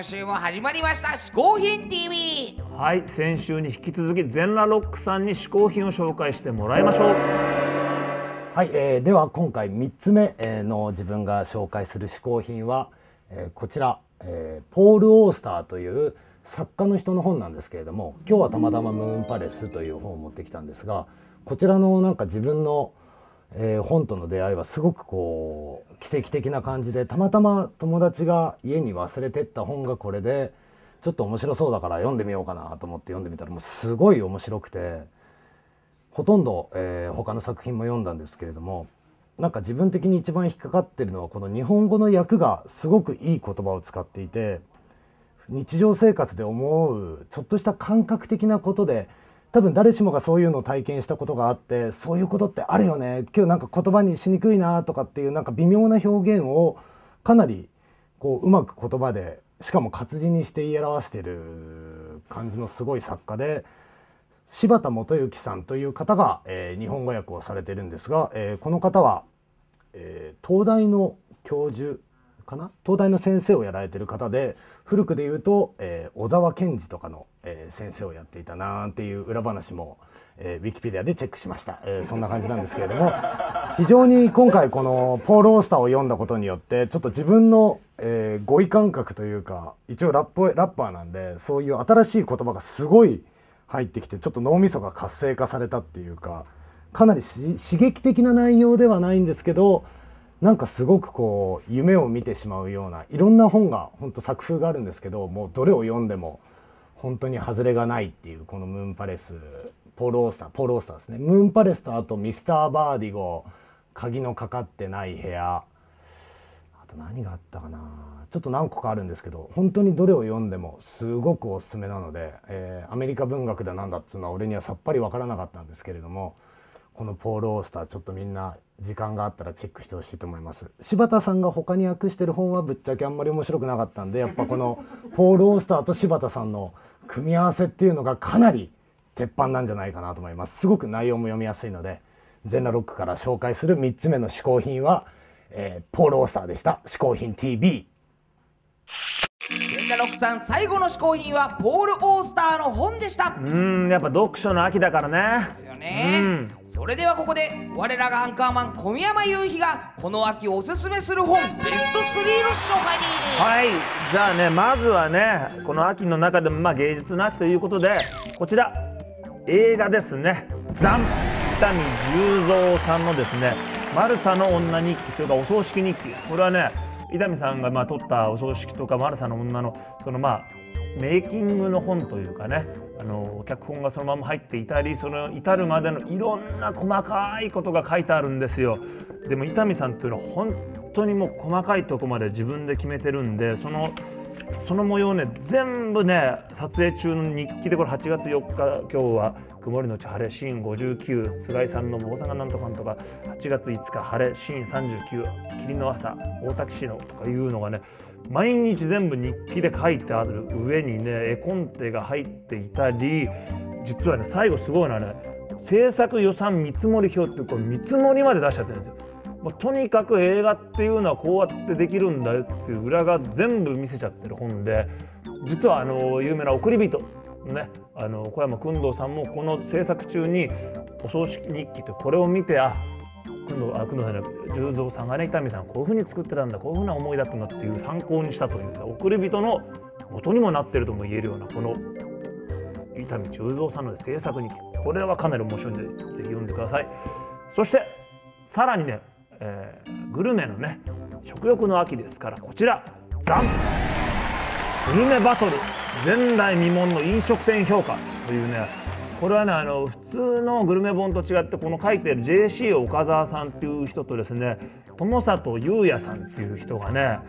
週も始まりました嗜好品 TV。 はい、先週に引き続き全裸ロックさんに嗜好品を紹介してもらいましょう。 はい、では今回3つ目の自分が紹介する嗜好品は、こちら、ポール・オースターという作家の人の本なんですけれども、今日はたまたまムーンパレスという本を持ってきたんですが、こちらのなんか自分の、本との出会いはすごくこう奇跡的な感じで、たまたま友達が家に忘れてった本がこれでちょっと面白そうだから読んでみようかなと思って読んでみたら、もうすごい面白くて、ほとんど、他の作品も読んだんですけれども、なんか自分的に一番引っかかってるのはこの日本語の訳がすごくいい言葉を使っていて、日常生活で思うちょっとした感覚的なことで、多分誰しもがそういうのを体験したことがあって、そういうことってあるよね、今日なんか言葉にしにくいなとかっていうなんか微妙な表現をかなりこううまく言葉で、しかも活字にして言い表してる感じのすごい作家で、柴田元幸さんという方が、日本語訳をされているんですが、この方は、東大の教授かな、東大の先生をやられている方で、古くで言うと、小沢健二とかの、先生をやっていたなんていう裏話も、ウィキペディアでチェックしました、そんな感じなんですけれども、非常に今回このポール・オースターを読んだことによって、ちょっと自分の、語彙感覚というか、一応ラッパーなんで、そういう新しい言葉がすごい入ってきて、ちょっと脳みそが活性化されたっていうか、かなり刺激的な内容ではないんですけど、なんかすごくこう夢を見てしまうような、いろんな本が本当作風があるんですけど、もうどれを読んでも本当に外れがないっていう、このムーンパレス、ポール・オースターですね。ムーンパレスと、あとミスター・バーディゴ、鍵のかかってない部屋、あと何があったかな、ちょっと何個かあるんですけど、本当にどれを読んでもすごくおすすめなので、アメリカ文学だなんだっていうのは俺にはさっぱり分からなかったんですけれども、このポール・オースター、ちょっとみんな時間があったらチェックしてほしいと思います。柴田さんが他に訳してる本はぶっちゃけあんまり面白くなかったんで、やっぱこのポール・オースターと柴田さんの組み合わせっていうのがかなり鉄板なんじゃないかなと思います。すごく内容も読みやすいので、全裸ロックから紹介する3つ目の嗜好品は、ポール・オースターでした。嗜好品 TV。 全裸ロックさん最後の嗜好品はポール・オースターの本でした。 やっぱ読書の秋だからね。 ですよね。それではここで我らがアンカーマン小宮山雄飛がこの秋おすすめする本ベスト3の紹介です。 はい、じゃあね、まずはね、この秋の中でも芸術の秋ということで、こちら映画ですね。ザン、伊丹十三さんのですね、マルサの女日記、それからお葬式日記。これはね、伊丹さんが撮ったお葬式とかマルサの女のそのメイキングの本というかね、脚本がそのまま入っていたり、その至るまでのいろんな細かいことが書いてあるんですよ。でも伊丹さんっていうのは本当にもう細かいとこまで自分で決めてるんで、その模様ね、全部ね、撮影中の日記で、これ8月4日、今日は曇りのち晴れシーン59、菅井さんの坊さんがなんとかんとか、8月5日晴れシーン39、霧の朝大滝市のとかいうのがね、毎日全部日記で書いてある上にね、絵コンテが入っていたり、実はね、最後すごいのはね、制作予算見積もり表っていう、これ見積もりまで出しちゃってるんですよ。もうとにかく映画っていうのはこうやってできるんだよっていう裏が全部見せちゃってる本で、実は有名な送り人ね、小山薫堂さんもこの制作中にお葬式日記ってこれを見て、工藤さんの十三さんがね、伊丹さんこういう風に作ってたんだ、こういう風な思いだったんだっていう参考にしたという、送り人の元にもなってるとも言えるようなこの伊丹十三さんの制作日記、これはかなり面白いのでぜひ読んでください。そしてさらにね、グルメのね、食欲の秋ですから、こちらザングルメバトル前代未聞の飲食店評価というね、これはね、普通のグルメ本と違って、この書いてる JC 岡澤さんっていう人とですね、友里優也さんっていう人がね、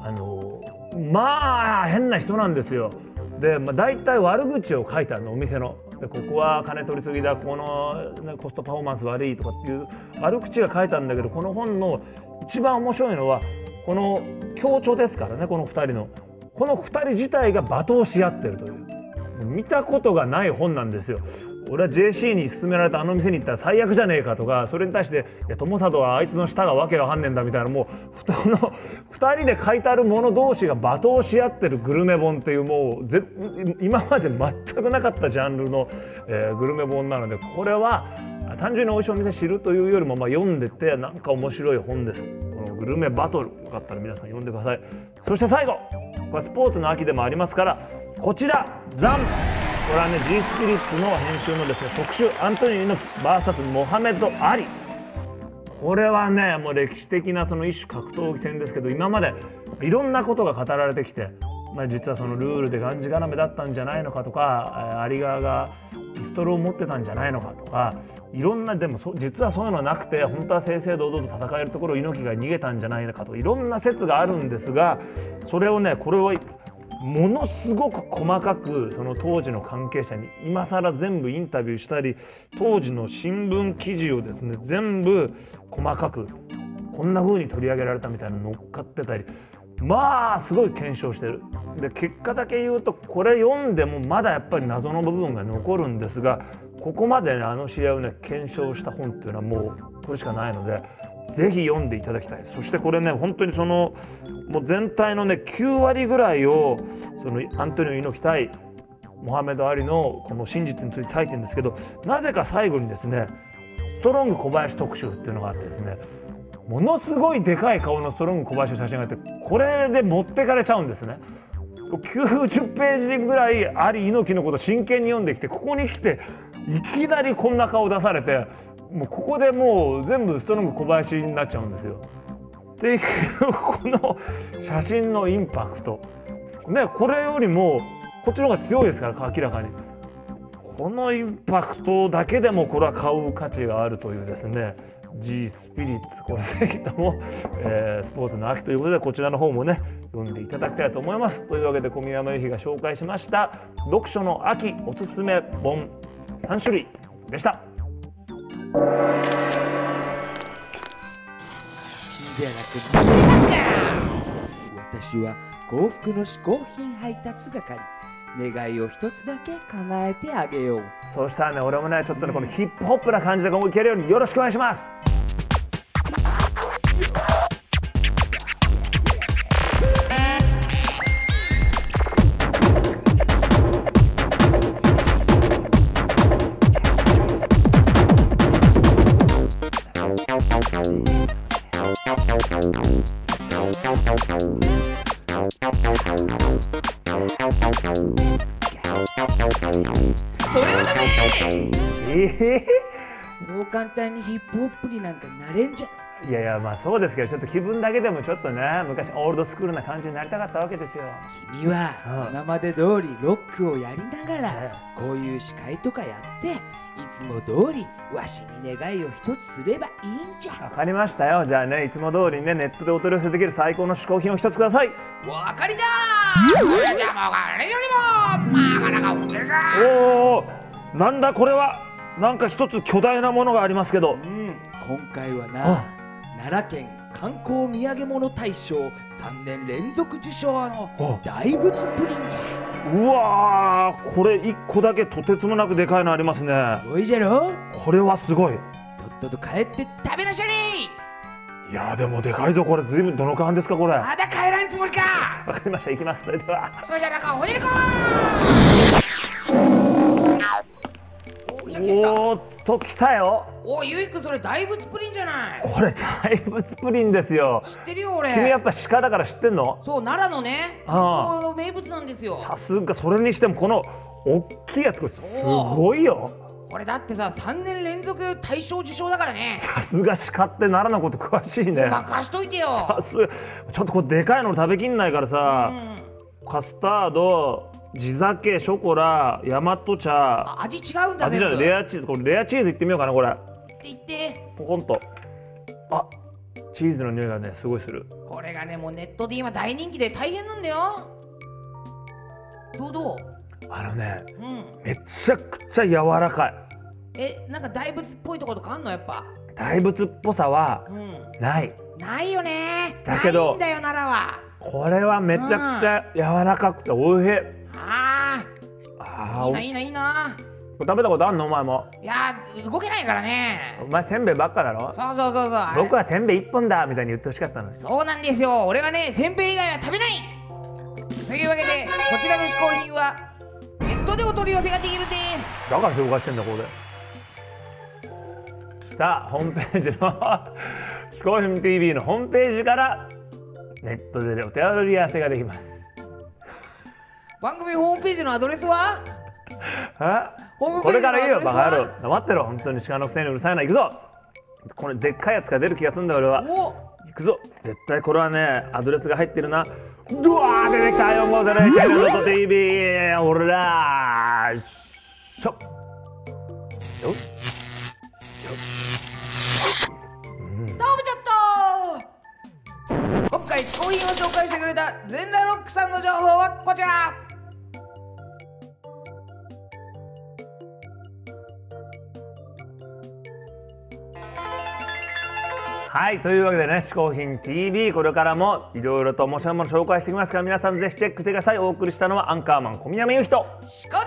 変な人なんですよ。で、大体悪口を書いてあるの、お店の。で、ここは金取りすぎだ、この、コストパフォーマンス悪いとかっていう悪口が書いてあるんだけど、この本の一番面白いのはこの協調ですからね、この2人自体が罵倒し合ってるという、見たことがない本なんですよ。 俺は JC に勧められたあの店に行ったら最悪じゃねえかとか、それに対していや友里はあいつの舌がわけわかんねえんだみたいな、もう2人で書いてある者同士が罵倒し合ってるグルメ本っていう、もう今まで全くなかったジャンルの、グルメ本なので、これは単純に美味しいお店知るというよりも、読んでてなんか面白い本です。このグルメバトル、よかったら皆さん読んでください。そして最後、これスポーツの秋でもありますから、こちらザン、これはね G スピリッツの編集のですね特集、アントニオ猪木 VS モハメド・アリ。これはねもう歴史的なその一種格闘技戦ですけど、今までいろんなことが語られてきて、実はそのルールでがんじがらめだったんじゃないのかとか、アリ側がピストルを持ってたんじゃないのかとか、いろんな、でも実はそういうのはなくて、本当は正々堂々と戦えるところを猪木が逃げたんじゃないのかと、いろんな説があるんですが、それをね、これをものすごく細かくその当時の関係者に今更全部インタビューしたり、当時の新聞記事をですね全部細かくこんな風に取り上げられたみたいなの乗っかってたり、すごい検証してる。で結果だけ言うと、これ読んでもまだやっぱり謎の部分が残るんですが、ここまでねあの試合をね検証した本っていうのはもうこれしかないので、ぜひ読んでいただきたい。そしてこれね本当にそのもう全体のね9割ぐらいをそのアントニオ猪木対モハメド・アリのこの真実について書いてるんですけど、なぜか最後にですねストロング小林特集っていうのがあってですね、ものすごいでかい顔のストロング小林の写真があって、これで持ってかれちゃうんですね。90ページぐらいアリ猪木のこと真剣に読んできて、ここに来ていきなりこんな顔出されて、もうここでもう全部ストロング小林になっちゃうんですよ。っていうこの写真のインパクトね、これよりもこっちの方が強いですから、明らかにこのインパクトだけでもこれは買う価値があるというですね、 G スピリッツ、これぜひとも、スポーツの秋ということで、こちらの方もね読んでいただきたいと思います。というわけで小宮山由比が紹介しました読書の秋おすすめ本3種類でした。 じゃなく私は幸福の嗜好品配達係、願いを一つだけ叶えてあげよう。 そうしたらね、俺もねちょっとねこのヒップホップな感じでいけるようによろしくお願いします。 それはダメ。そう簡単にヒップホップになんかなれんじゃん。 いやいや、そうですけど、ちょっと気分だけでもちょっとね、昔オールドスクールな感じになりたかったわけですよ。 君は今まで通りロックをやりながら、こういう司会とかやっていつも通りわしに願いを一つすればいいんじゃ。 わかりましたよ。じゃあね、いつも通りねネットでお取り寄せできる最高の嗜好品を一つください。 わかりだー。じゃあもうあれよりもなかなか売れるか。 おー、なんだこれは。なんか一つ巨大なものがありますけど、 今回はな、奈良県観光土産物大賞3年連続受賞の大仏プリンじゃ。 うわー、これ1個だけとてつもなくでかいのありますね。 すごいじゃろ。 これはすごい。 とっとと帰って食べなしゃれ。 いやでもでかいぞこれ。ずいぶんどのくらいですかこれ。 まだ帰らんつもりか。 わかりました、行きます。それではよし、なんかほじりこおーっと来たよ。 おい、ゆいくん、それ大仏プリンじゃない。 これ大仏プリンですよ。 知ってるよ俺。 君やっぱ鹿だから知ってんの？ そう、奈良のね観光の名物なんですよ。 さすが。それにしてもこの大きいやつ、これすごいよ。 これだってさ、3年連続大賞受賞だからね。 さすが鹿って奈良のこと詳しいね。 任しといてよ。 さすが。ちょっとこれでかいの食べきんないからさ、カスタード、地酒、ショコラ、大和茶。 味違うんだ。 味じゃない、レアチーズ。これレアチーズいってみようかな。これいってポコンと。あ、チーズの匂いがねすごいする。 これがね、もうネットで今大人気で大変なんだよ。どうめちゃくちゃ柔らかい。 なんか大仏っぽいところとかあんの？やっぱ大仏っぽさはないよね。 だけどないんだよ奈良は。 これはめちゃくちゃ柔らかくておいしい。 いいな。 食べたことあんのお前も。 いや動けないからね。 お前せんべいばっかだろ。 そうそうそうそう。 僕はせんべい一本だみたいに言ってほしかったのに。 そうなんですよ。俺はね、せんべい以外は食べない。というわけでこちらの嗜好品はネットでお取り寄せができるんです。 だから紹介してんだここで。さあホームページの嗜好品 TV のホームページからネットでお手取り合わせができます。 番組ホームページのアドレスはこれから言うよバカ野郎。黙ってろ本当に。鹿のくせにうるさいな。行くぞ。これでっかいやつが出る気がするんだ俺は。行くぞ。絶対これはねアドレスが入ってるな。うわー出てきた。450HN.TV ほらーしょよっどうもちょっと今回嗜好品を紹介してくれた全裸ロックさんの情報はこちら。 はいというわけでね嗜好品 TV これからもいろいろと面白いもの紹介していきますから皆さんぜひチェックしてください。お送りしたのはアンカーマン小宮山雄人。 嗜好